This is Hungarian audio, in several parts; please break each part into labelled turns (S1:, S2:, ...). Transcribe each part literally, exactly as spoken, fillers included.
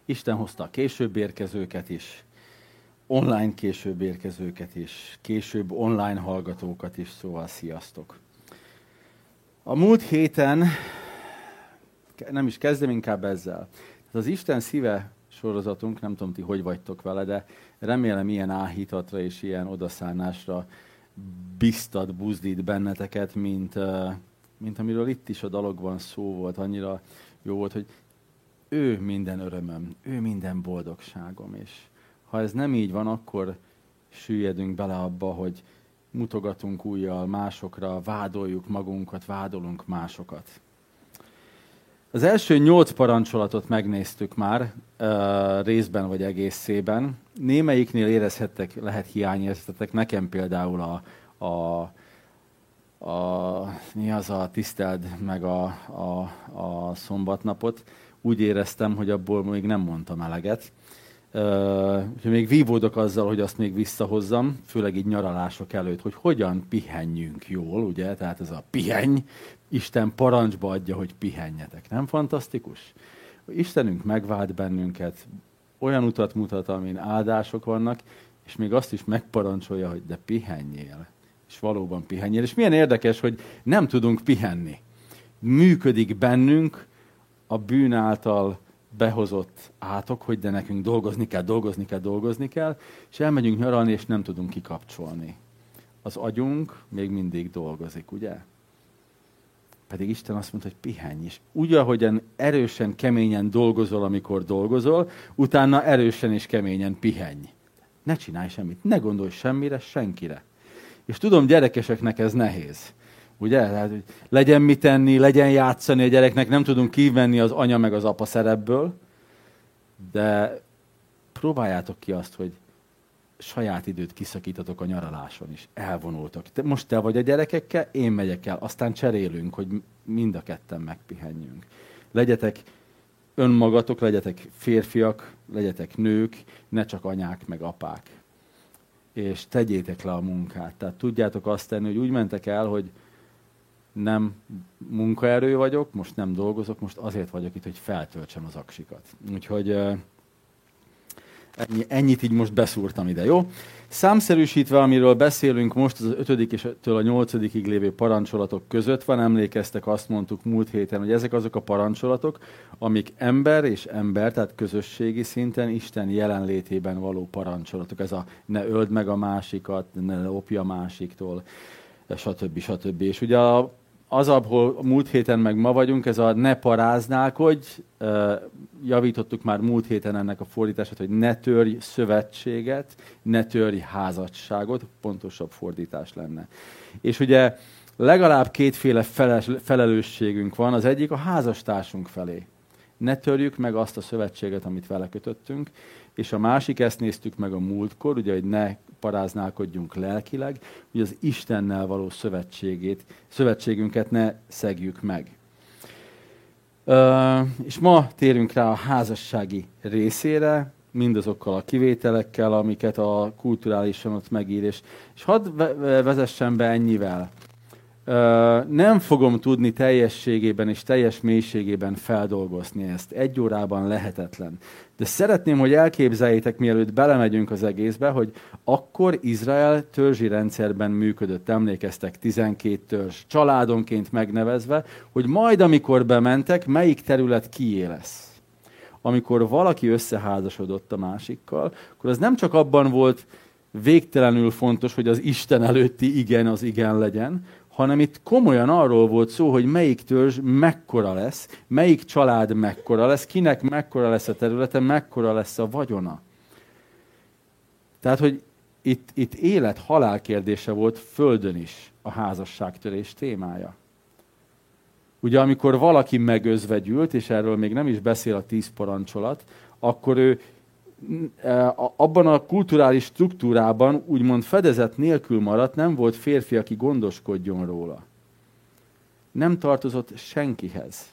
S1: Isten hozta a később érkezőket is, online később érkezőket is, később online hallgatókat is, szóval sziasztok. A múlt héten, nem is kezdem inkább ezzel, az Isten szíve sorozatunk, nem tudom ti hogy vagytok vele, de remélem ilyen áhítatra és ilyen odaszánásra biztat, buzdít benneteket, mint, mint amiről itt is a dalokban szó volt, annyira jó volt, hogy ő minden örömöm, ő minden boldogságom, és ha ez nem így van, akkor süllyedünk bele abba, hogy mutogatunk ujjal másokra, vádoljuk magunkat, vádolunk másokat. Az első nyolc parancsolatot megnéztük már, részben vagy egészében. Némelyiknél érezhettek, lehet hiányérzetetek. Nekem például a, a, a, mi az a tiszteld meg a, a, a szombatnapot. Úgy éreztem, hogy abból még nem mondtam eleget. Úgyhogy még vívódok azzal, hogy azt még visszahozzam, főleg így nyaralások előtt, hogy hogyan pihenjünk jól, ugye? Tehát ez a pihenj, Isten parancsba adja, hogy pihenjetek. Nem fantasztikus? Istenünk megvált bennünket, olyan utat mutat, amin áldások vannak, és még azt is megparancsolja, hogy de pihenjél. És valóban pihenjél. És milyen érdekes, hogy nem tudunk pihenni. Működik bennünk a bűn által behozott átok, hogy de nekünk dolgozni kell, dolgozni kell, dolgozni kell, és elmegyünk nyaralni, és nem tudunk kikapcsolni. Az agyunk még mindig dolgozik, ugye? Pedig Isten azt mondta, hogy pihenj is. Úgy, ahogyan erősen, keményen dolgozol, amikor dolgozol, utána erősen és keményen pihenj. Ne csinálj semmit, ne gondolj semmire, senkire. És tudom, gyerekeseknek ez nehéz. Ugye? Tehát, hogy legyen mit tenni, legyen játszani a gyereknek, nem tudunk kivenni az anya meg az apa szerepből, de próbáljátok ki azt, hogy saját időt kiszakítatok a nyaraláson is. Elvonultok. Te, most te vagy a gyerekekkel, én megyek el, aztán cserélünk, hogy mind a ketten megpihenjünk. Legyetek önmagatok, legyetek férfiak, legyetek nők, ne csak anyák meg apák. És tegyétek le a munkát. Tehát tudjátok azt tenni, hogy úgy mentek el, hogy nem munkaerő vagyok, most nem dolgozok, most azért vagyok itt, hogy feltöltsem az aksikat. Úgyhogy ennyi, ennyit így most beszúrtam ide, jó? Számszerűsítve, amiről beszélünk most, az ötödik és a nyolcadikig lévő parancsolatok között van, emlékeztek, azt mondtuk múlt héten, hogy ezek azok a parancsolatok, amik ember és ember, tehát közösségi szinten Isten jelenlétében való parancsolatok. Ez a ne öld meg a másikat, ne lopj a másiktól, stb. stb. És ugye az, ahol múlt héten meg ma vagyunk, ez a ne paráználkodj, javítottuk már múlt héten ennek a fordítását, hogy ne törj szövetséget, ne törj házasságot, pontosabb fordítás lenne. És ugye legalább kétféle felelősségünk van, az egyik a házastársunk felé. Ne törjük meg azt a szövetséget, amit vele kötöttünk, és a másik, ezt néztük meg a múltkor, ugye, hogy ne paráználkodjunk lelkileg, hogy az Istennel való szövetségét, szövetségünket ne szegjük meg. Uh, és ma térünk rá a házassági részére, mindazokkal a kivételekkel, amiket a kulturálisan ott megír. És, és hadd vezessen be ennyivel. Uh, nem fogom tudni teljességében és teljes mélységében feldolgozni ezt. Egy órában lehetetlen. De szeretném, hogy elképzeljétek, mielőtt belemegyünk az egészbe, hogy akkor Izrael törzsi rendszerben működött, emlékeztek, tizenkét törzs, családonként megnevezve, hogy majd amikor bementek, melyik terület kié lesz. Amikor valaki összeházasodott a másikkal, akkor az nem csak abban volt végtelenül fontos, hogy az Isten előtti igen az igen legyen, hanem itt komolyan arról volt szó, hogy melyik törzs mekkora lesz, melyik család mekkora lesz, kinek mekkora lesz a területe, mekkora lesz a vagyona. Tehát, hogy itt, itt élet-halál kérdése volt földön is a házasságtörés témája. Ugye amikor valaki megözvegyült, és erről még nem is beszél a tíz parancsolat, akkor ő abban a kulturális struktúrában úgymond fedezet nélkül maradt, nem volt férfi, aki gondoskodjon róla. Nem tartozott senkihez.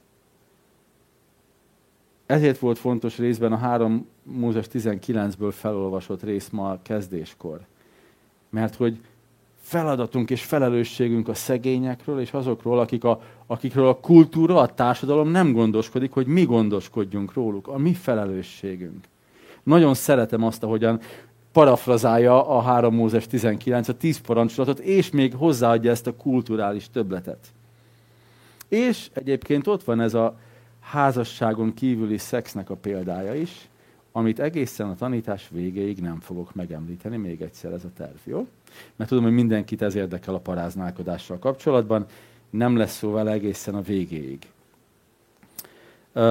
S1: Ezért volt fontos részben a három Mózes tizenkilencből felolvasott rész ma a kezdéskor. Mert hogy feladatunk és felelősségünk a szegényekről, és azokról, akik a, akikről a kultúra, a társadalom nem gondoskodik, hogy mi gondoskodjunk róluk. A mi felelősségünk. Nagyon szeretem azt, ahogyan parafrazálja a három Mózes tizenkilenc, a tíz parancsolatot, és még hozzáadja ezt a kulturális többletet. És egyébként ott van ez a házasságon kívüli szexnek a példája is, amit egészen a tanítás végéig nem fogok megemlíteni, még egyszer ez a terv, jó? Mert tudom, hogy mindenkit ez érdekel a paráználkodással kapcsolatban, nem lesz szó vele egészen a végéig. Uh,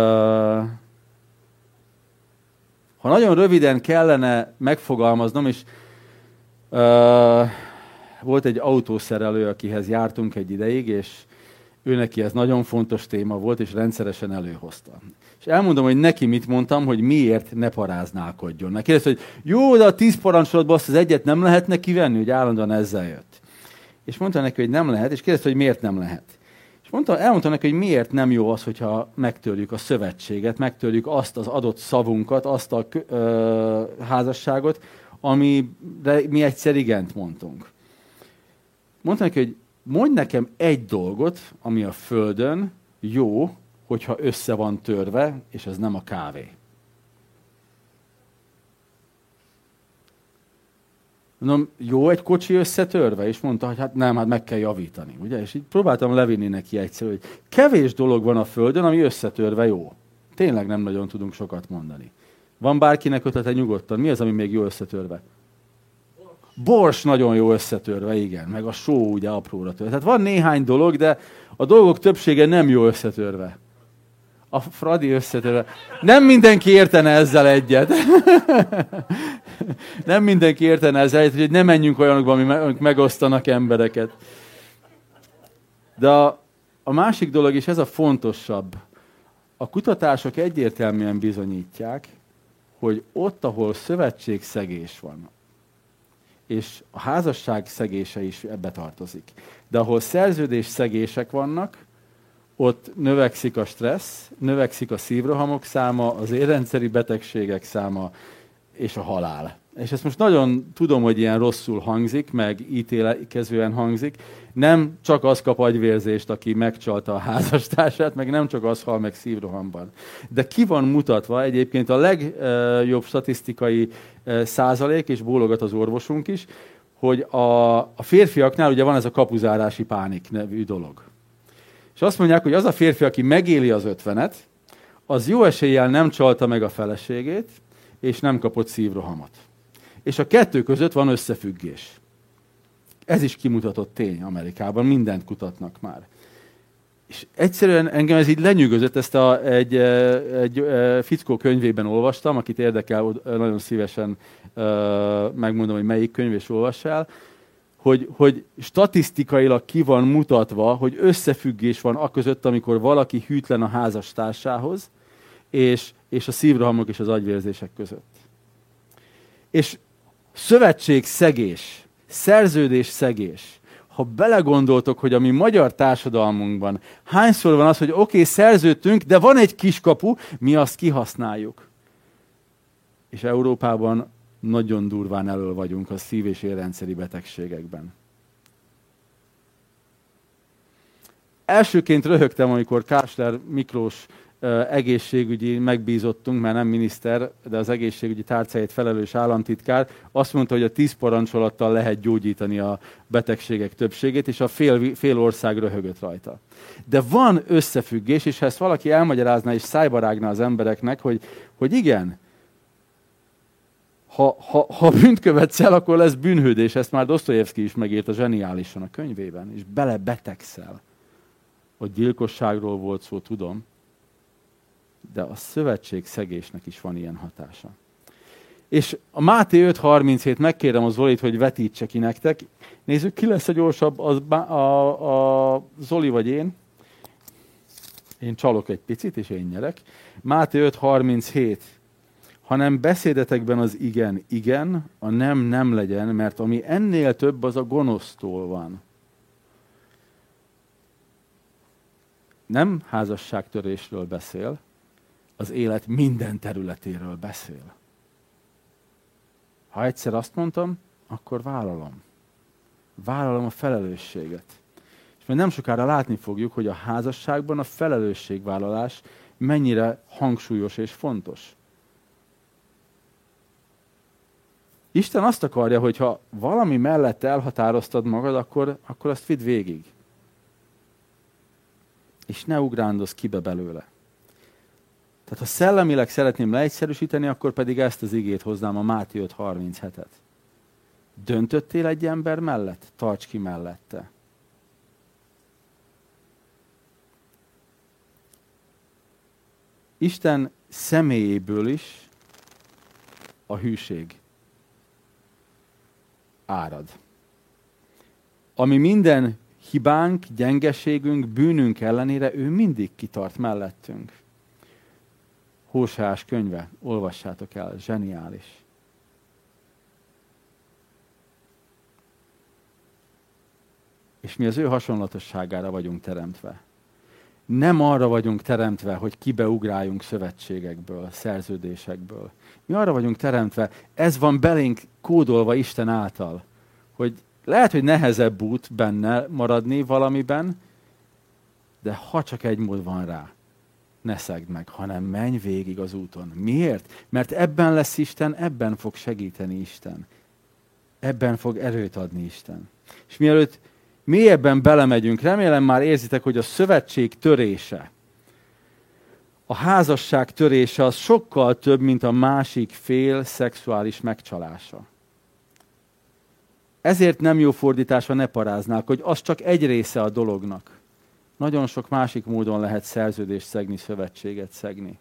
S1: ha nagyon röviden kellene megfogalmaznom, és uh, volt egy autószerelő, akihez jártunk egy ideig, és ő neki ez nagyon fontos téma volt, és rendszeresen előhozta. És elmondom, hogy neki mit mondtam, hogy miért ne paráználkodjon. Neki kérdezte, hogy jó, de a tíz parancsolatban azt az egyet nem lehetne kivenni, hogy állandóan ezzel jött. És mondta neki, hogy nem lehet, és kérdezte, hogy miért nem lehet. És mondta, elmondta neki, hogy miért nem jó az, hogyha megtörjük a szövetséget, megtörjük azt az adott szavunkat, azt a ö, házasságot, amire mi egyszer igent mondtunk. Mondta neki, hogy mondj nekem egy dolgot, ami a Földön jó, hogyha össze van törve, és ez nem a kávé. Mondom, jó egy kocsi összetörve? És mondta, hogy hát nem, hát meg kell javítani. Ugye? És így próbáltam levinni neki egyszer, hogy kevés dolog van a Földön, ami összetörve jó. Tényleg nem nagyon tudunk sokat mondani. Van bárkinek ötlete nyugodtan? Mi az, ami még jó összetörve? Bors nagyon jó összetörve, igen. Meg a só ugye apróra törve. Tehát van néhány dolog, de a dolgok többsége nem jó összetörve. A Fradi összetörve. Nem mindenki értene ezzel egyet. Nem mindenki értene ezzel egyet, hogy ne menjünk olyanokba, amik megosztanak embereket. De a, a másik dolog, és ez a fontosabb, a kutatások egyértelműen bizonyítják, hogy ott, ahol szövetségszegés van, és a házasság szegése is ebbe tartozik, de ahol szerződésszegések vannak, ott növekszik a stressz, növekszik a szívrohamok száma, az érrendszeri betegségek száma és a halál. És ezt most nagyon tudom, hogy ilyen rosszul hangzik, meg ítélkezően hangzik. Nem csak az kap agyvérzést, aki megcsalta a házastársát, meg nem csak az hal meg szívrohamban. De ki van mutatva egyébként a legjobb statisztikai százalék, és bólogat az orvosunk is, hogy a, a férfiaknál ugye van ez a kapuzárási pánik nevű dolog. És azt mondják, hogy az a férfi, aki megéli az ötvenet, az jó eséllyel nem csalta meg a feleségét, és nem kapott szívrohamot. És a kettő között van összefüggés. Ez is kimutatott tény Amerikában, mindent kutatnak már. És egyszerűen engem ez így lenyűgözött, ezt a, egy, egy fickó könyvében olvastam, akit érdekel, nagyon szívesen megmondom, hogy melyik könyv, és olvassál, hogy, hogy statisztikailag ki van mutatva, hogy összefüggés van aközött, amikor valaki hűtlen a házastársához, és, és a szívrohamok és az agyvérzések között. És szövetségszegés, szerződésszegés. Ha belegondoltok, hogy a mi magyar társadalmunkban hányszor van az, hogy oké, okay, szerződtünk, de van egy kiskapu, mi azt kihasználjuk. És Európában nagyon durván elől vagyunk a szív- és érrendszeri betegségekben. Elsőként röhögtem, amikor Kásler Miklós egészségügyi megbízottunk, mert nem miniszter, de az egészségügyi tárcáért felelős államtitkár, azt mondta, hogy a tíz parancsolattal lehet gyógyítani a betegségek többségét, és a fél, fél ország röhögött rajta. De van összefüggés, és ha ezt valaki elmagyarázná és szájbarágná az embereknek, hogy, hogy igen, ha, ha, ha bűnt követsz el, akkor lesz bűnhődés. Ezt már Dosztojevszky is megírta zseniálisan a könyvében, és belebetegszel. A gyilkosságról volt szó, tudom, de a szövetségszegésnek is van ilyen hatása. És a Máté öt harminchét, megkérem az Zolit, hogy vetítse ki nektek. Nézzük, ki lesz a gyorsabb, az, a, a, a Zoli vagy én. Én csalok egy picit, és én nyerek. Máté öt harminchét. Hanem beszédetekben az igen, igen, a nem, nem legyen, mert ami ennél több, az a gonosztól van. Nem házasságtörésről beszél, az élet minden területéről beszél. Ha egyszer azt mondtam, akkor vállalom. Vállalom a felelősséget. És majd nem sokára látni fogjuk, hogy a házasságban a felelősségvállalás mennyire hangsúlyos és fontos. Isten azt akarja, hogy ha valami mellett elhatároztad magad, akkor, akkor azt vidd végig. És ne ugrándozz kibe belőle. Tehát ha szellemileg szeretném leegyszerűsíteni, akkor pedig ezt az igét hoznám, a Máté öt harminchetet. Döntöttél egy ember mellett? Tarts ki mellette. Isten személyéből is a hűség árad. Ami minden hibánk, gyengeségünk, bűnünk ellenére, ő mindig kitart mellettünk. Hóseás könyve, olvassátok el, zseniális. És mi az ő hasonlatosságára vagyunk teremtve. Nem arra vagyunk teremtve, hogy kibeugráljunk szövetségekből, szerződésekből. Mi arra vagyunk teremtve, ez van belénk kódolva Isten által, hogy lehet, hogy nehezebb út benne maradni valamiben, de ha csak egy mód van rá, ne szegd meg, hanem menj végig az úton. Miért? Mert ebben lesz Isten, ebben fog segíteni Isten. Ebben fog erőt adni Isten. És mielőtt mélyebben belemegyünk, remélem már érzitek, hogy a szövetség törése, a házasság törése az sokkal több, mint a másik fél szexuális megcsalása. Ezért nem jó fordításra ne paráznák, hogy az csak egy része a dolognak. Nagyon sok másik módon lehet szerződést szegni, szövetséget szegni.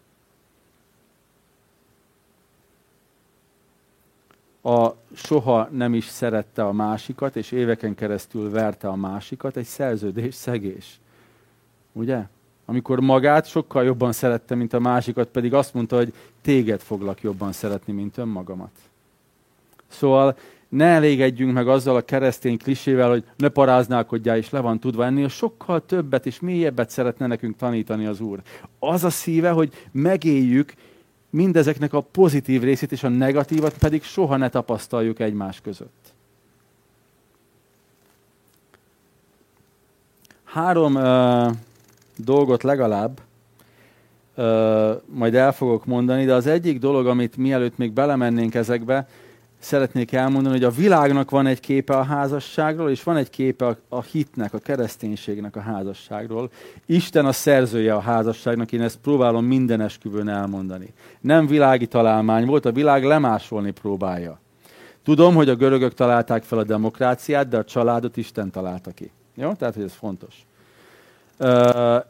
S1: A soha nem is szerette a másikat, és éveken keresztül verte a másikat, egy szerződés szegés. Ugye? Amikor magát sokkal jobban szerette, mint a másikat, pedig azt mondta, hogy téged foglak jobban szeretni, mint önmagamat. Szóval ne elégedjünk meg azzal a keresztény klisével, hogy ne paráználkodjál, és le van tudva, ennél sokkal többet és mélyebbet szeretne nekünk tanítani az Úr. Az a szíve, hogy megéljük mindezeknek a pozitív részét, és a negatívat pedig soha ne tapasztaljuk egymás között. Három uh, dolgot legalább uh, majd el fogok mondani, de az egyik dolog, amit mielőtt még belemennénk ezekbe, szeretnék elmondani, hogy a világnak van egy képe a házasságról, és van egy képe a, a hitnek, a kereszténységnek a házasságról. Isten a szerzője a házasságnak, én ezt próbálom minden esküvőn elmondani. Nem világi találmány volt, a világ lemásolni próbálja. Tudom, hogy a görögök találták fel a demokráciát, de a családot Isten találta ki. Jó? Tehát, hogy ez fontos. Uh,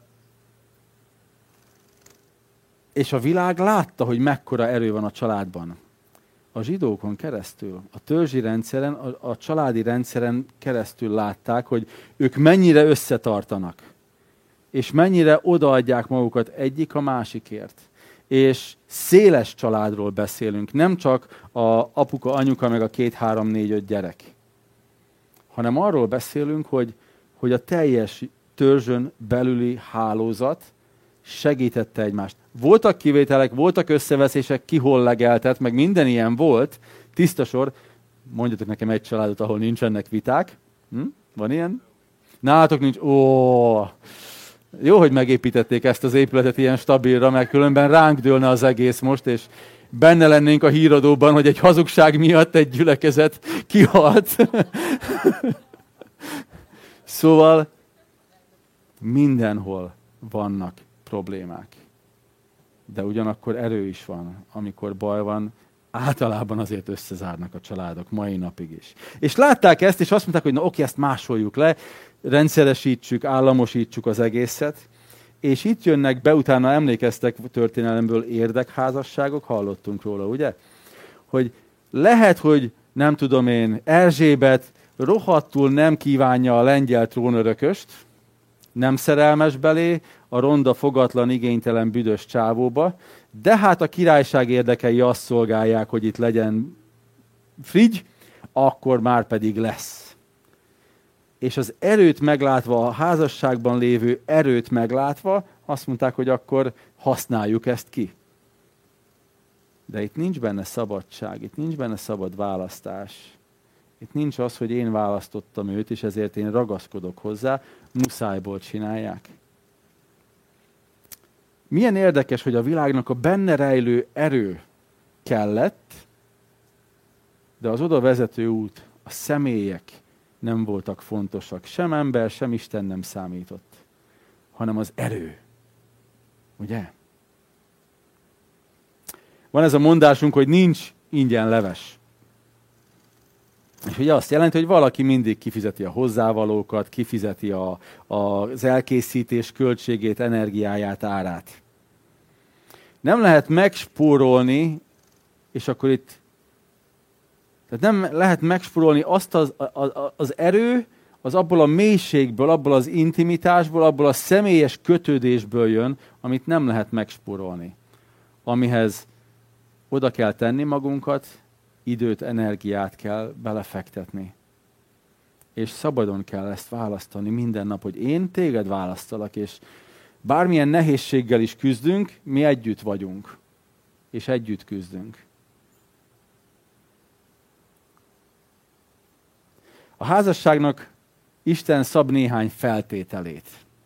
S1: és a világ látta, hogy mekkora erő van a családban. A zsidókon keresztül, a törzsi rendszeren, a, a családi rendszeren keresztül látták, hogy ők mennyire összetartanak, és mennyire odaadják magukat egyik a másikért. És széles családról beszélünk, nem csak a apuka, anyuka, meg a két, három, négy, öt gyerek, hanem arról beszélünk, hogy, hogy a teljes törzsön belüli hálózat segítette egymást. Voltak kivételek, voltak összeveszések, ki hol legeltet, meg minden ilyen volt. Tiszta sor. Mondjatok nekem egy családot, ahol nincsenek viták. Hm? Van ilyen? Nálatok nincs. Ó, jó, hogy megépítették ezt az épületet ilyen stabilra, mert különben ránk dőlne az egész most, és benne lennénk a híradóban, hogy egy hazugság miatt egy gyülekezet kihalt. Szóval mindenhol vannak problémák. De ugyanakkor erő is van, amikor baj van, általában azért összezárnak a családok, mai napig is. És látták ezt, és azt mondták, hogy na oké, ezt másoljuk le, rendszeresítsük, államosítsuk az egészet, és itt jönnek be, utána emlékeztek történelemből érdekházasságok, hallottunk róla, ugye? Hogy lehet, hogy nem tudom én, Erzsébet rohadtul nem kívánja a lengyel trónörököst, nem szerelmes belé, a ronda, fogatlan, igénytelen, büdös csávóba, de hát a királyság érdekei azt szolgálják, hogy itt legyen frigy, akkor már pedig lesz. És az erőt meglátva, a házasságban lévő erőt meglátva, azt mondták, hogy akkor használjuk ezt ki. De itt nincs benne szabadság, itt nincs benne szabad választás. Itt nincs az, hogy én választottam őt, és ezért én ragaszkodok hozzá, muszájból csinálják. Milyen érdekes, hogy a világnak a benne rejlő erő kellett, de az oda vezető út, a személyek nem voltak fontosak. Sem ember, sem Isten nem számított, hanem az erő. Ugye? Van ez a mondásunk, hogy nincs ingyen leves. És ugye azt jelenti, hogy valaki mindig kifizeti a hozzávalókat, kifizeti a, a, az elkészítés költségét, energiáját, árát. Nem lehet megspórolni, és akkor itt tehát nem lehet megspórolni azt az, az, az erő, az abból a mélységből, abból az intimitásból, abból a személyes kötődésből jön, amit nem lehet megspórolni. Amihez oda kell tenni magunkat, időt, energiát kell belefektetni. És szabadon kell ezt választani minden nap, hogy én téged választalak, és bármilyen nehézséggel is küzdünk, mi együtt vagyunk. És együtt küzdünk. A házasságnak Isten szab néhány feltételét.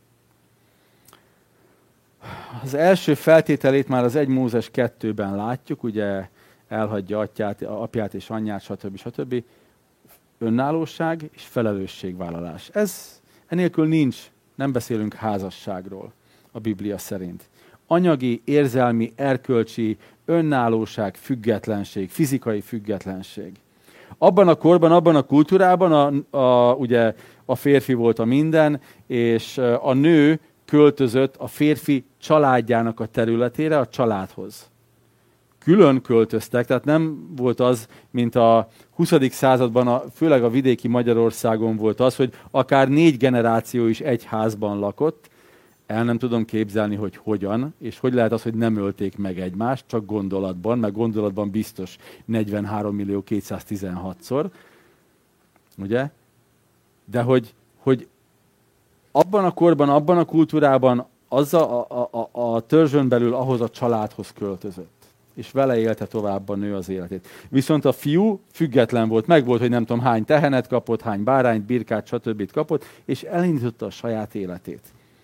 S1: Az első feltételét már az egy Mózes kettőben látjuk, ugye elhagyja atyát, apját és anyját, stb. stb. Önállóság és felelősségvállalás. Ez enélkül nincs, nem beszélünk házasságról a Biblia szerint. Anyagi, érzelmi, erkölcsi, önállóság, függetlenség, fizikai függetlenség. Abban a korban, abban a kultúrában a, a, ugye a férfi volt a minden, és a nő költözött a férfi családjának a területére, a családhoz. Külön költöztek, tehát nem volt az, mint a huszadik században, a, főleg a vidéki Magyarországon volt az, hogy akár négy generáció is egy házban lakott. El nem tudom képzelni, hogy hogyan, és hogy lehet az, hogy nem ölték meg egymást, csak gondolatban, meg gondolatban biztos negyvenhárom millió kétszáztizenhatszor, ugye? De hogy, hogy abban a korban, abban a kultúrában az a, a, a, a törzsön belül ahhoz a családhoz költözött. És vele élte tovább a nő az életét. Viszont a fiú független volt, meg volt, hogy nem tudom hány tehenet kapott, hány bárányt, birkát, stb. Kapott, és elindította a saját életét.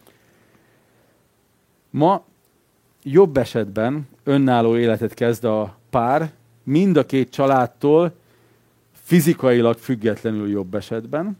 S1: Ma jobb esetben önálló életet kezd a pár, mind a két családtól fizikailag függetlenül jobb esetben.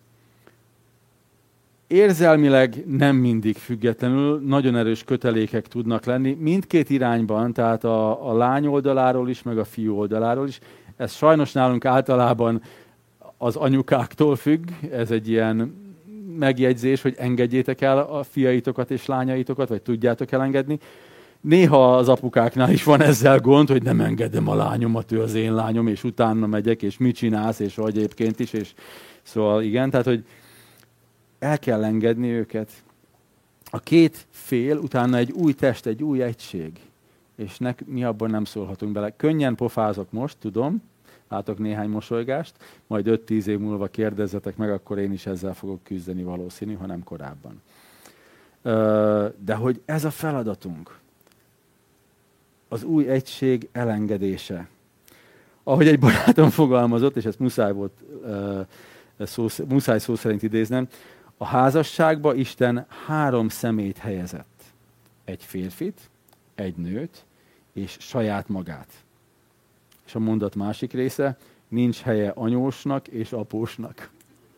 S1: Érzelmileg nem mindig függetlenül, nagyon erős kötelékek tudnak lenni, mindkét irányban, tehát a, a lány oldaláról is, meg a fiú oldaláról is. Ez sajnos nálunk általában az anyukáktól függ, ez egy ilyen megjegyzés, hogy engedjétek el a fiaitokat és lányaitokat, vagy tudjátok elengedni. Néha az apukáknál is van ezzel gond, hogy nem engedem a lányomat, ő az én lányom, és utána megyek, és mit csinálsz, és hogy egyébként is, és szóval igen, tehát hogy el kell engedni őket. A két fél utána egy új test, egy új egység, és ne, mi abban nem szólhatunk bele. Könnyen pofázok most, tudom, látok néhány mosolygást, majd öt-tíz év múlva kérdezzetek meg, akkor én is ezzel fogok küzdeni valószínű, ha nem korábban. De hogy ez a feladatunk, az új egység elengedése. Ahogy egy barátom fogalmazott, és ezt muszáj volt szó, muszáj szó szerint idéznem, a házasságba Isten három szemét helyezett. Egy férfit, egy nőt, és saját magát. És a mondat másik része, nincs helye anyósnak és apósnak.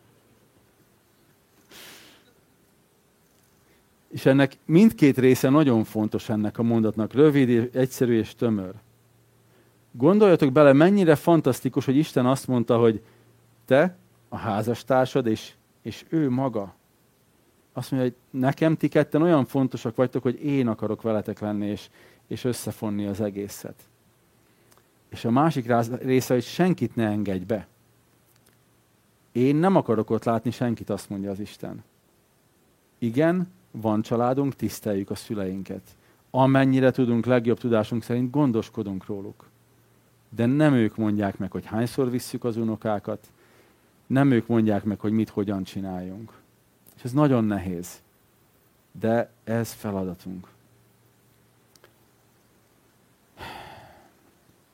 S1: És ennek mindkét része nagyon fontos ennek a mondatnak, rövid, egyszerű és tömör. Gondoljatok bele, mennyire fantasztikus, hogy Isten azt mondta, hogy te, a házastársad, és, és ő maga. Azt mondja, hogy nekem ti ketten olyan fontosak vagytok, hogy én akarok veletek lenni, és, és összefonni az egészet. És a másik része, hogy senkit ne engedj be. Én nem akarok ott látni senkit, azt mondja az Isten. Igen, van családunk, tiszteljük a szüleinket. Amennyire tudunk, legjobb tudásunk szerint gondoskodunk róluk. De nem ők mondják meg, hogy hányszor visszük az unokákat, nem ők mondják meg, hogy mit, hogyan csináljunk. És ez nagyon nehéz. De ez feladatunk.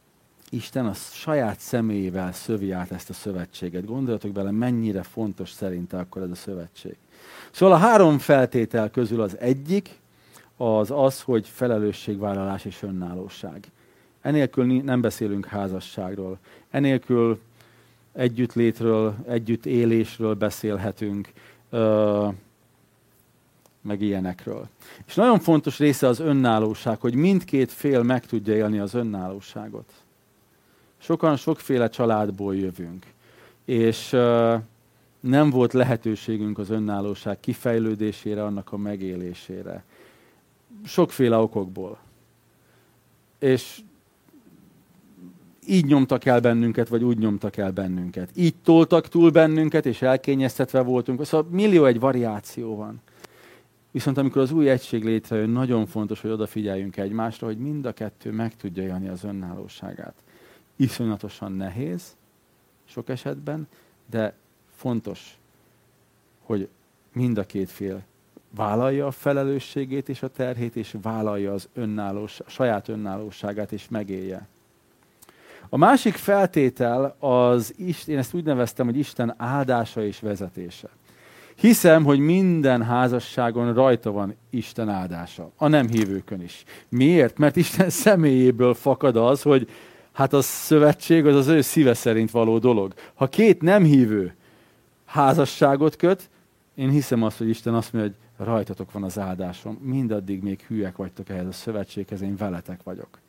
S1: Isten a saját személyével szövi át ezt a szövetséget. Gondoljatok bele, mennyire fontos szerinte akkor ez a szövetség. Szóval a három feltétel közül az egyik az az, hogy felelősségvállalás és önállóság. Enélkül nem beszélünk házasságról. Enélkül együttlétről, együttélésről beszélhetünk, ö, meg ilyenekről. És nagyon fontos része az önállóság, hogy mindkét fél meg tudja élni az önállóságot. Sokan sokféle családból jövünk, és ö, nem volt lehetőségünk az önállóság kifejlődésére, annak a megélésére. Sokféle okokból. És így nyomtak el bennünket, vagy úgy nyomtak el bennünket. Így toltak túl bennünket, és elkényeztetve voltunk. Szóval millió egy variáció van. Viszont amikor az új egység létrejön, nagyon fontos, hogy odafigyeljünk egymásra, hogy mind a kettő meg tudja élni az önállóságát. Iszonyatosan nehéz, sok esetben, de fontos, hogy mind a két fél vállalja a felelősségét és a terhét, és vállalja az önállós, a saját önállóságát, és megélje. A másik feltétel az, én ezt úgy neveztem, hogy Isten áldása és vezetése. Hiszem, hogy minden házasságon rajta van Isten áldása, a nem hívőkön is. Miért? Mert Isten személyéből fakad az, hogy hát a szövetség az az ő szíve szerint való dolog. Ha két nem hívő házasságot köt, én hiszem azt, hogy Isten azt mondja, hogy rajtatok van az áldásom, mindaddig még hűek vagytok ehhez a szövetséghez, én veletek vagyok.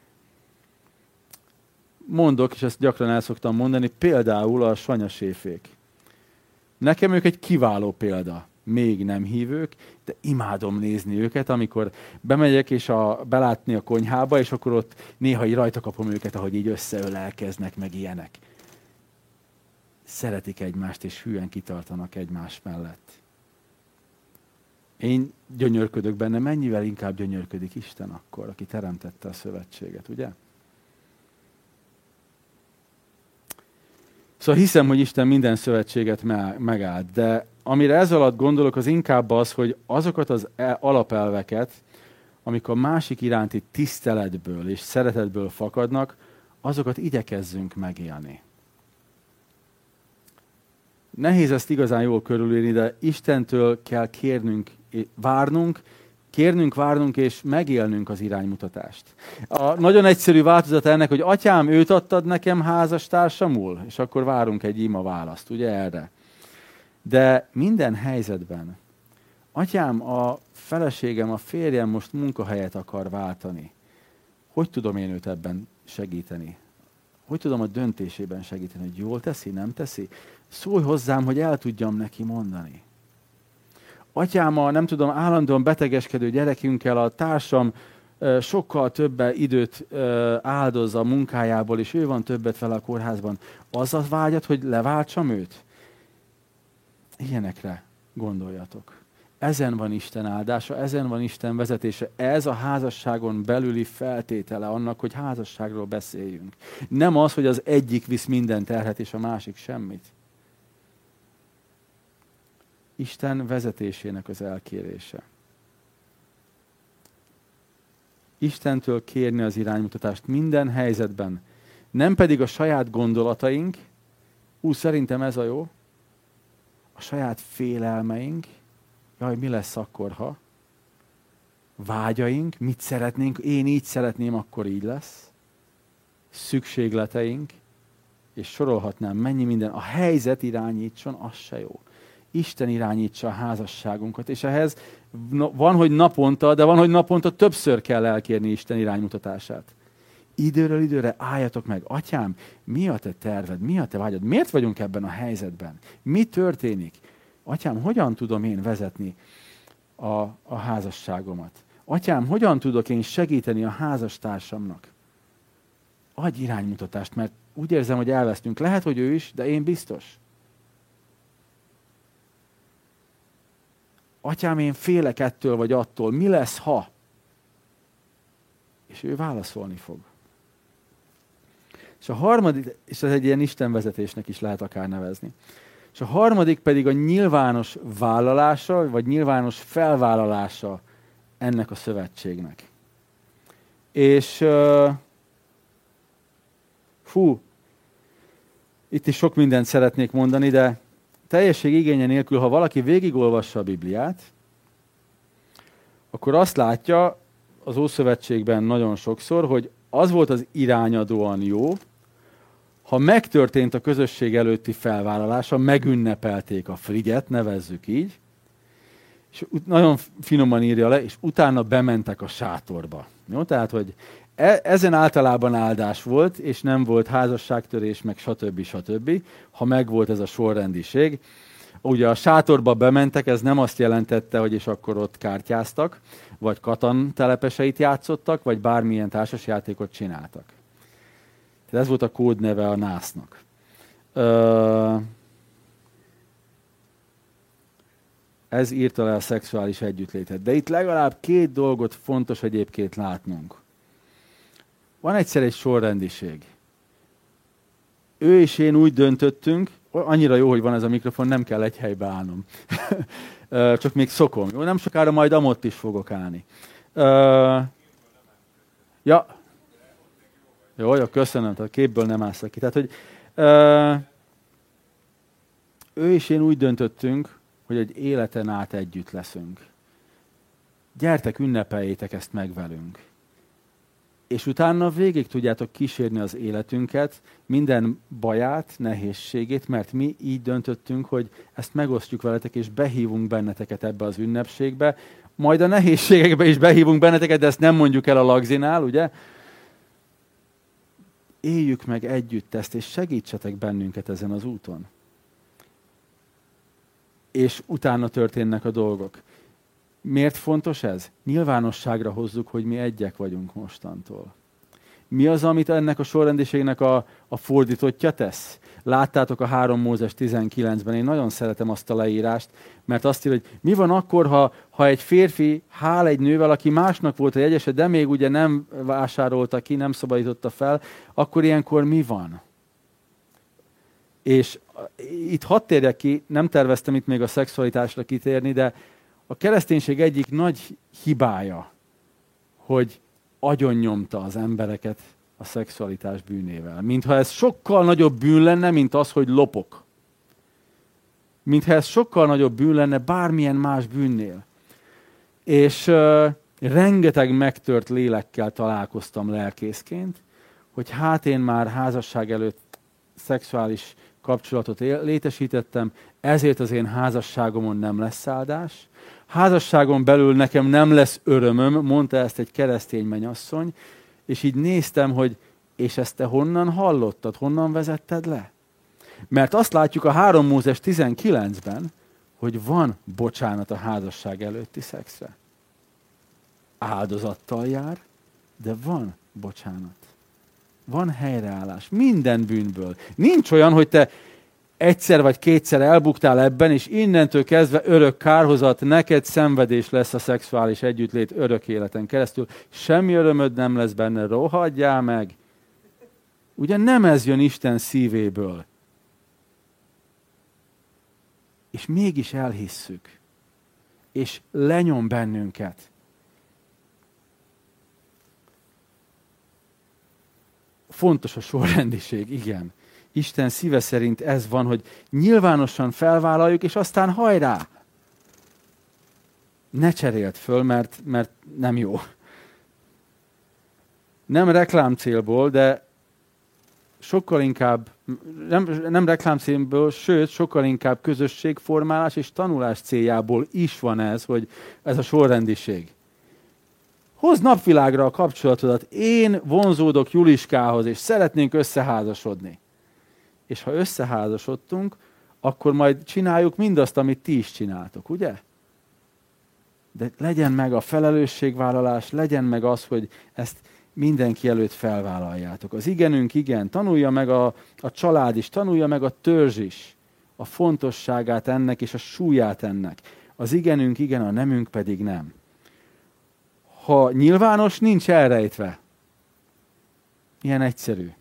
S1: Mondok, és ezt gyakran el szoktam mondani, például a sanyaséfék. Nekem ők egy kiváló példa. Még nem hívők, de imádom nézni őket, amikor bemegyek és a, belátni a konyhába, és akkor ott néha így rajta kapom őket, ahogy így összeölelkeznek, meg ilyenek. Szeretik egymást, és hűen kitartanak egymás mellett. Én gyönyörködök benne, mennyivel inkább gyönyörködik Isten akkor, aki teremtette a szövetséget, ugye? Szóval hiszem, hogy Isten minden szövetséget megállt, de amire ez alatt gondolok, az inkább az, hogy azokat az alapelveket, amik a másik iránti tiszteletből és szeretetből fakadnak, azokat igyekezzünk megélni. Nehéz ezt igazán jól körülírni, de Istentől kell kérnünk, várnunk, kérnünk, várnunk és megélnünk az iránymutatást. A nagyon egyszerű változat ennek, hogy atyám, őt adtad nekem házastársamul, és akkor várunk egy ima választ, ugye erre. De minden helyzetben, atyám, a feleségem, a férjem most munkahelyet akar váltani. Hogy tudom én őt ebben segíteni? Hogy tudom a döntésében segíteni, hogy jól teszi, nem teszi? Szólj hozzám, hogy el tudjam neki mondani. Atyám, a nem tudom, állandóan betegeskedő gyerekünkkel a társam sokkal több időt áldoz a munkájából, és ő van többet vele a kórházban. Az a vágyat, hogy leváltsam őt? Ilyenekre gondoljatok. Ezen van Isten áldása, ezen van Isten vezetése. Ez a házasságon belüli feltétele annak, hogy házasságról beszéljünk. Nem az, hogy az egyik visz minden terhet, és a másik semmit. Isten vezetésének az elkérése. Istentől kérni az iránymutatást minden helyzetben, nem pedig a saját gondolataink, ú, szerintem ez a jó, a saját félelmeink, jaj, mi lesz akkor, ha? Vágyaink, mit szeretnénk, én így szeretném, akkor így lesz. Szükségleteink, és sorolhatnám, mennyi minden, a helyzet irányítson, az se jó. Isten irányítsa a házasságunkat, és ehhez van, hogy naponta, de van, hogy naponta többször kell elkérni Isten iránymutatását. Időről időre álljatok meg, atyám, mi a te terved, mi a te vágyad, miért vagyunk ebben a helyzetben, mi történik? Atyám, hogyan tudom én vezetni a, a házasságomat? Atyám, hogyan tudok én segíteni a házastársamnak? Adj iránymutatást, mert úgy érzem, hogy elvesztünk. Lehet, hogy ő is, de én biztos. Atyám, én félek ettől vagy attól. Mi lesz, ha? És ő válaszolni fog. És a harmadik, és ez egy ilyen istenvezetésnek is lehet akár nevezni. És a harmadik pedig a nyilvános vállalása, vagy nyilvános felvállalása ennek a szövetségnek. És uh, Fú, itt is sok mindent szeretnék mondani, de teljesség igénye nélkül, ha valaki végigolvassa a Bibliát, akkor azt látja az Ószövetségben nagyon sokszor, hogy az volt az irányadóan jó, ha megtörtént a közösség előtti felvállalása, megünnepelték a frigyet, nevezzük így, és nagyon finoman írja le, és utána bementek a sátorba. Jó? Tehát, hogy e- ezen általában áldás volt, és nem volt házasságtörés, meg stb. stb., ha megvolt ez a sorrendiség. Ugye a sátorba bementek, ez nem azt jelentette, hogy és akkor ott kártyáztak, vagy Katan telepeseit játszottak, vagy bármilyen társasjátékot csináltak. Tehát ez volt a kódneve a násznak. Ö... Ez írta le a szexuális együttlétet. De itt legalább két dolgot fontos egyébként látnunk. Van egyszer egy sorrendiség. Ő és én úgy döntöttünk, annyira jó, hogy van ez a mikrofon, nem kell egy helybe állnom. Csak még szokom. Jó, nem sokára majd amott is fogok állni. Uh, ja. Jó, jó, köszönöm, tehát a képből nem állsz ki. Tehát, hogy uh, ő és én úgy döntöttünk, hogy egy életen át együtt leszünk. Gyertek, ünnepeljétek ezt meg velünk. És utána végig tudjátok kísérni az életünket, minden baját, nehézségét, mert mi így döntöttünk, hogy ezt megosztjuk veletek, és behívunk benneteket ebbe az ünnepségbe. Majd a nehézségekbe is behívunk benneteket, de ezt nem mondjuk el a Lagzinál, ugye? Éljük meg együtt ezt, és segítsetek bennünket ezen az úton. És utána történnek a dolgok. Miért fontos ez? Nyilvánosságra hozzuk, hogy mi egyek vagyunk mostantól. Mi az, amit ennek a sorrendiségnek a, a fordítottja tesz? Láttátok a három Mózes tizenkilencben, én nagyon szeretem azt a leírást, mert azt írja, hogy mi van akkor, ha, ha egy férfi hál egy nővel, aki másnak volt a jegyese, de még ugye nem vásárolta ki, nem szabadította fel, akkor ilyenkor mi van? És itt hadd térjek ki, nem terveztem itt még a szexualitásra kitérni, de a kereszténység egyik nagy hibája, hogy agyonnyomta az embereket a szexualitás bűnével. Mintha ez sokkal nagyobb bűn lenne, mint az, hogy lopok. Mintha ez sokkal nagyobb bűn lenne bármilyen más bűnnél. És uh, rengeteg megtört lélekkel találkoztam lelkészként, hogy hát én már házasság előtt szexuális kapcsolatot létesítettem, ezért az én házasságomon nem lesz áldás. Házasságon belül nekem nem lesz örömöm, mondta ezt egy keresztény mennyasszony, és így néztem, hogy és ezt te honnan hallottad, honnan vezetted le? Mert azt látjuk a három Mózes tizenkilencben, hogy van bocsánat a házasság előtti szexre. Áldozattal jár, de van bocsánat. Van helyreállás. Minden bűnből. Nincs olyan, hogy te egyszer vagy kétszer elbuktál ebben, és innentől kezdve örök kárhozat, neked szenvedés lesz a szexuális együttlét örök életen keresztül. Semmi örömöd nem lesz benne, rohadjál meg. Ugye nem ez jön Isten szívéből. És mégis elhisszük. És lenyom bennünket. Fontos a sorrendiség, igen. Isten szíve szerint ez van, hogy nyilvánosan felvállaljuk, és aztán hajrá! Ne cseréld föl, mert, mert nem jó. Nem reklám célból, de sokkal inkább, nem, nem reklám célból, sőt, sokkal inkább közösségformálás és tanulás céljából is van ez, hogy ez a sorrendiség. Hozd napvilágra a kapcsolatodat. Én vonzódok Juliskához, és szeretnénk összeházasodni. És ha összeházasodtunk, akkor majd csináljuk mindazt, amit ti is csináltok, ugye? De legyen meg a felelősségvállalás, legyen meg az, hogy ezt mindenki előtt felvállaljátok. Az igenünk igen, tanulja meg a, a család is, tanulja meg a törzs is a fontosságát ennek és a súlyát ennek. Az igenünk igen, a nemünk pedig nem. Ha nyilvános, nincs elrejtve. Ilyen egyszerű.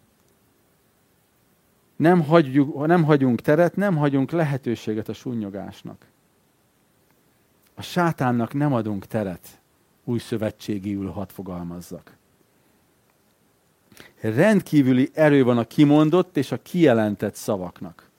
S1: Nem, hagyjuk, nem hagyunk teret, nem hagyunk lehetőséget a sunnyogásnak. A sátánnak nem adunk teret, új szövetségiül hadd fogalmazzak. Rendkívüli erő van a kimondott és a kijelentett szavaknak.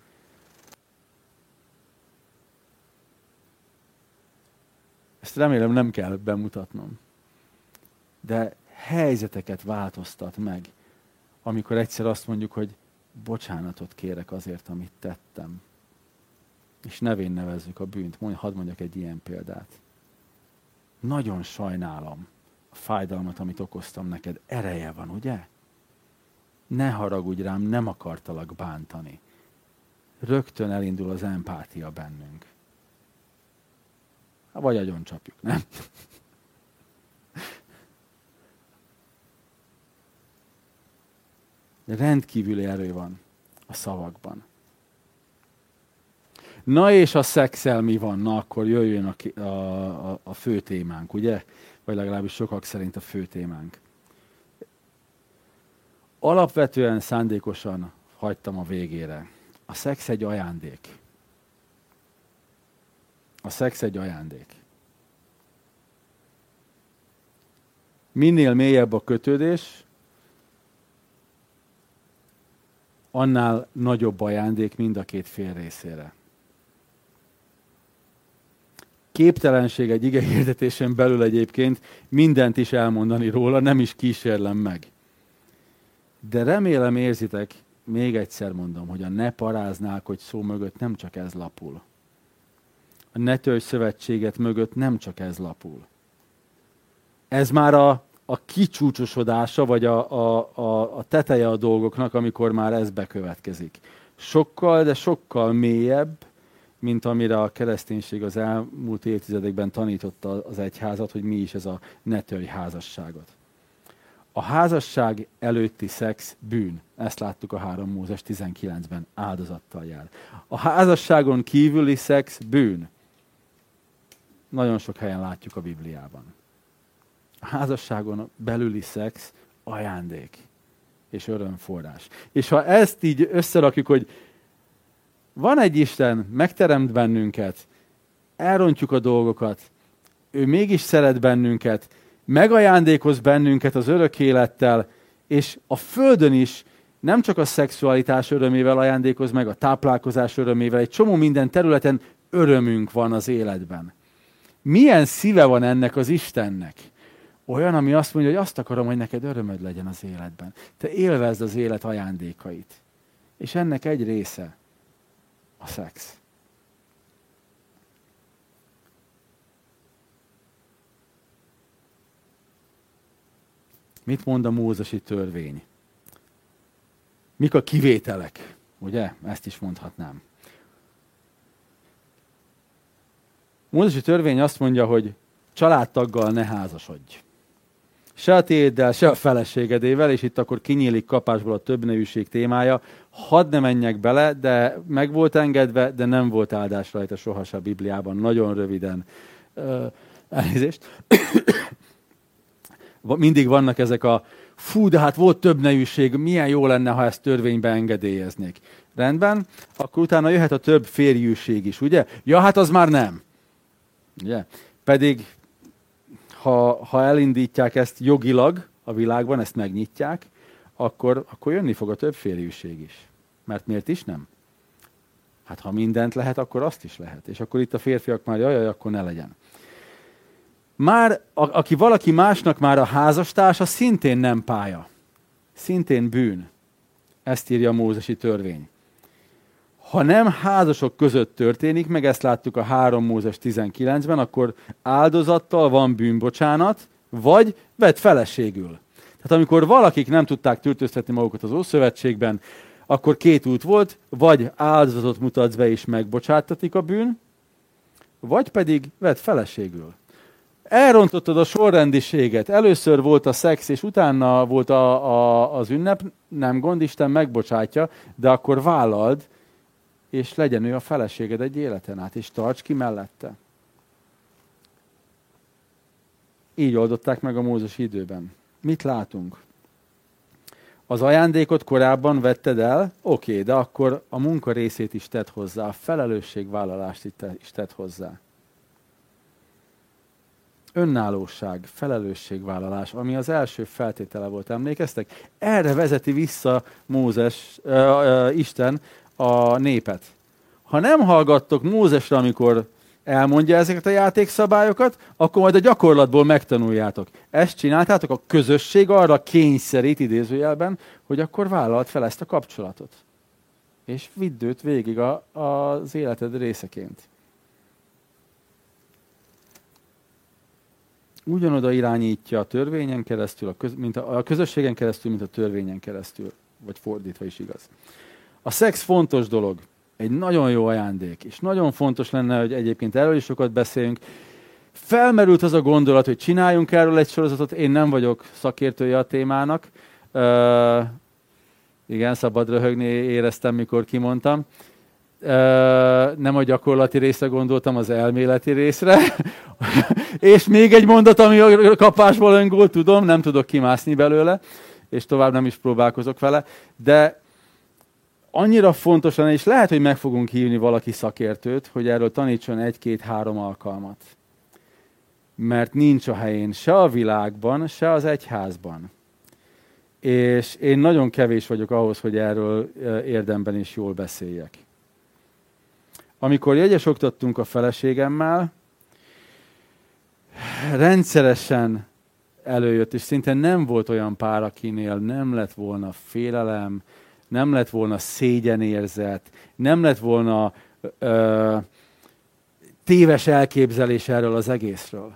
S1: Ezt remélem nem kell bemutatnom. De helyzeteket változtat meg, amikor egyszer azt mondjuk, hogy bocsánatot kérek azért, amit tettem. És nevén nevezzük a bűnt. Mondj, hadd mondjak egy ilyen példát. Nagyon sajnálom a fájdalmat, amit okoztam neked. Ereje van, ugye? Ne haragudj rám, nem akartalak bántani. Rögtön elindul az empátia bennünk. Vagy agyon csapjuk, nem? De rendkívüli erő van a szavakban. Na és a szexel mi van? Na akkor jöjjön a, a, a, a fő témánk, ugye? Vagy legalábbis sokak szerint a fő témánk. Alapvetően szándékosan hagytam a végére. A szex egy ajándék. A szex egy ajándék. Minél mélyebb a kötődés, annál nagyobb ajándék mind a két fél részére. Képtelenség egy igehirdetésen belül egyébként mindent is elmondani róla, nem is kísérlem meg. De remélem érzitek, még egyszer mondom, hogy a ne paráználkodj szó mögött nem csak ez lapul. A ne törj szövetséget mögött nem csak ez lapul. Ez már a, a kicsúcsosodása, vagy a, a, a, a teteje a dolgoknak, amikor már ez bekövetkezik. Sokkal, de sokkal mélyebb, mint amire a kereszténység az elmúlt évtizedekben tanította az egyházat, hogy mi is ez a ne törj házasságot. A házasság előtti szex bűn. Ezt láttuk a három Mózes tizenkilencben, áldozattal jár. A házasságon kívüli szex bűn. Nagyon sok helyen látjuk a Bibliában. A házasságon belüli szex ajándék és örömforrás. És ha ezt így összerakjuk, hogy van egy Isten, megteremt bennünket, elrontjuk a dolgokat, ő mégis szeret bennünket, megajándékoz bennünket az örök élettel, és a Földön is nem csak a szexualitás örömével ajándékoz meg, a táplálkozás örömével, egy csomó minden területen örömünk van az életben. Milyen szíve van ennek az Istennek? Olyan, ami azt mondja, hogy azt akarom, hogy neked örömöd legyen az életben. Te élvezd az élet ajándékait. És ennek egy része a szex. Mit mond a mózesi törvény? Mik a kivételek? Ugye? Ezt is mondhatnám. A mózesi törvény azt mondja, hogy családtaggal ne házasodj. Se a tiéddel, se a feleségedével, és itt akkor kinyílik kapásból a többnevűség témája. Hadd ne menjek bele, de meg volt engedve, de nem volt áldás rajta sohasem a Bibliában. Nagyon röviden. Uh, elnézést. Mindig vannak ezek a fú, de hát volt többnevűség, milyen jó lenne, ha ezt törvénybe engedélyeznék. Rendben, akkor utána jöhet a több férjűség is, ugye? Ja, hát az már nem. Ugye? Pedig Ha, ha elindítják ezt jogilag a világban, ezt megnyitják, akkor, akkor jönni fog a több férjűség is. Mert miért is nem? Hát ha mindent lehet, akkor azt is lehet. És akkor itt a férfiak már, jaj, jaj, akkor ne legyen. Már, a, aki valaki másnak már a házastársa, szintén nem pálya. Szintén bűn. Ezt írja a mózesi törvény. Ha nem házasok között történik, meg ezt láttuk a három Mózes tizenkilencben, akkor áldozattal van bűnbocsánat, vagy vedd feleségül. Tehát amikor valakik nem tudták tűrtőztetni magukat az Ószövetségben, akkor két út volt, vagy áldozatot mutatsz be és megbocsáttatik a bűn, vagy pedig vedd feleségül. Elrontottad a sorrendiséget. Először volt a szex, és utána volt a, a, az ünnep, nem gond, Isten megbocsátja, de akkor vállald, és legyen ő a feleséged egy életen át, és tarts ki mellette. Így oldották meg a mózesi időben. Mit látunk? Az ajándékot korábban vetted el, oké, okay, de akkor a munka részét is tedd hozzá, a felelősségvállalást is tedd hozzá. önállóság, felelősségvállalás, ami az első feltétele volt, emlékeztek? Erre vezeti vissza Mózes, uh, uh, Isten a népet. Ha nem hallgattok Mózesre, amikor elmondja ezeket a játékszabályokat, akkor majd a gyakorlatból megtanuljátok. Ezt csináltátok, a közösség arra kényszerít idézőjelben, hogy akkor vállalt fel ezt a kapcsolatot. És vidd őt végig a, az életed részeként. Ugyanoda irányítja a törvényen keresztül, a, köz, mint a, a közösségen keresztül, mint a törvényen keresztül. Vagy fordítva is igaz. A szex fontos dolog. Egy nagyon jó ajándék, és nagyon fontos lenne, hogy egyébként erről is sokat beszéljünk. Felmerült az a gondolat, hogy csináljunk erről egy sorozatot, én nem vagyok szakértője a témának. Uh, igen, szabad röhögni, éreztem, mikor kimondtam. Uh, nem a gyakorlati részre gondoltam, az elméleti részre. És még egy mondat, ami a kapásból öngól, tudom, nem tudok kimászni belőle, és tovább nem is próbálkozok vele, de annyira fontos lenne, és lehet, hogy meg fogunk hívni valaki szakértőt, hogy erről tanítson egy-két-három alkalmat. Mert nincs a helyén se a világban, se az egyházban. És én nagyon kevés vagyok ahhoz, hogy erről érdemben is jól beszéljek. Amikor jegyesoktattunk a feleségemmel, rendszeresen előjött, és szinte nem volt olyan pár, akinél nem lett volna félelem, nem lett volna szégyenérzet, nem lett volna ö, téves elképzelés erről az egészről.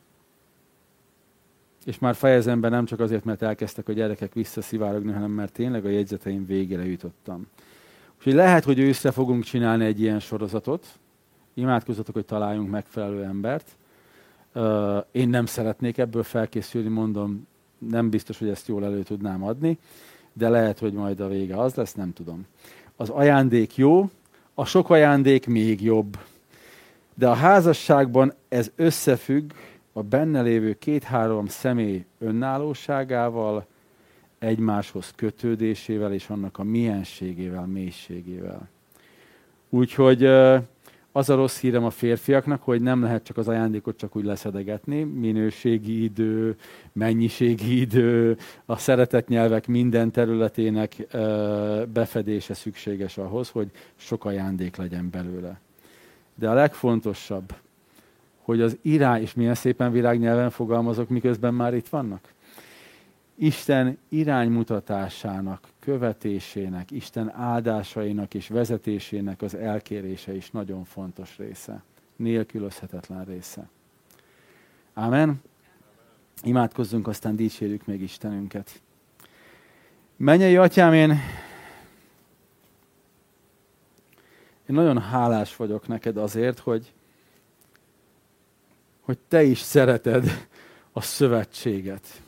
S1: És már fejezem be nem csak azért, mert elkezdtek a gyerekek visszaszivárogni, hanem mert tényleg a jegyzeteim végére jutottam. Úgyhogy lehet, hogy őszre fogunk csinálni egy ilyen sorozatot. Imádkozzatok, hogy találjunk megfelelő embert. Ö, én nem szeretnék ebből felkészülni, mondom, nem biztos, hogy ezt jól elő tudnám adni. De lehet, hogy majd a vége az lesz, nem tudom. Az ajándék jó, a sok ajándék még jobb. De a házasságban ez összefügg a benne lévő két-három személy önállóságával, egymáshoz kötődésével és annak a mienségével, mélységével. Úgyhogy az a rossz hírem a férfiaknak, hogy nem lehet csak az ajándékot csak úgy leszedegetni. Minőségi idő, mennyiségi idő, a szeretett nyelvek minden területének befedése szükséges ahhoz, hogy sok ajándék legyen belőle. De a legfontosabb, hogy az irány, és milyen szépen világnyelven fogalmazok, miközben már itt vannak. Isten iránymutatásának, követésének, Isten áldásainak és vezetésének az elkérése is nagyon fontos része. Nélkülözhetetlen része. Ámen. Imádkozzunk, aztán dicsérjük meg Istenünket. Mennyei Atyám, én, én nagyon hálás vagyok neked azért, hogy, hogy te is szereted a szövetséget.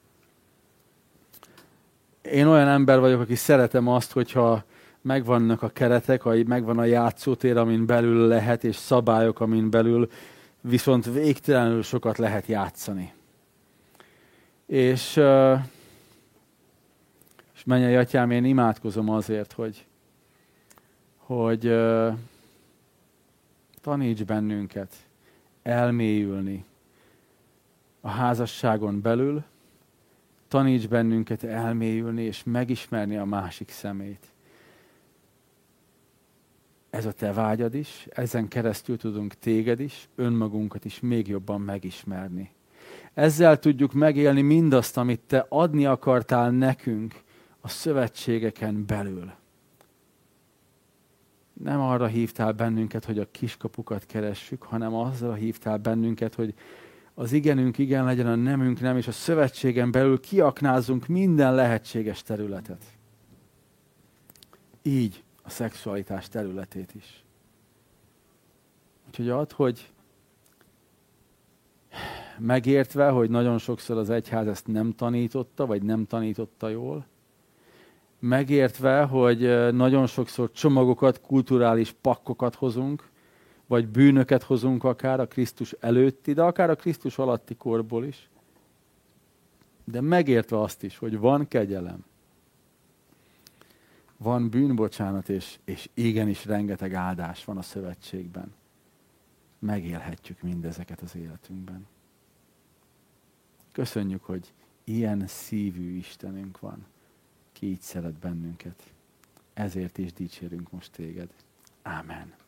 S1: Én olyan ember vagyok, aki szeretem azt, hogyha megvannak a keretek, megvan a játszótér, amin belül lehet, és szabályok, amin belül viszont végtelenül sokat lehet játszani. És, és mennyei Atyám, én imádkozom azért, hogy, hogy taníts bennünket elmélyülni a házasságon belül, taníts bennünket elmélyülni és megismerni a másik szemét. Ez a te vágyad is, ezen keresztül tudunk téged is, önmagunkat is még jobban megismerni. Ezzel tudjuk megélni mindazt, amit te adni akartál nekünk a szövetségeken belül. Nem arra hívtál bennünket, hogy a kiskapukat keressük, hanem azzal hívtál bennünket, hogy az igenünk igen legyen, a nemünk nem, és a szövetségen belül kiaknázzunk minden lehetséges területet. Így a szexualitás területét is. Úgyhogy add, hogy megértve, hogy nagyon sokszor az egyház ezt nem tanította, vagy nem tanította jól, megértve, hogy nagyon sokszor csomagokat, kulturális pakkokat hozunk, vagy bűnöket hozunk akár a Krisztus előtti, de akár a Krisztus alatti korból is. De megértve azt is, hogy van kegyelem, van bűnbocsánat, és, és igenis rengeteg áldás van a szövetségben. Megélhetjük mindezeket az életünkben. Köszönjük, hogy ilyen szívű Istenünk van, ki így szeret bennünket. Ezért is dicsérünk most téged. Ámen.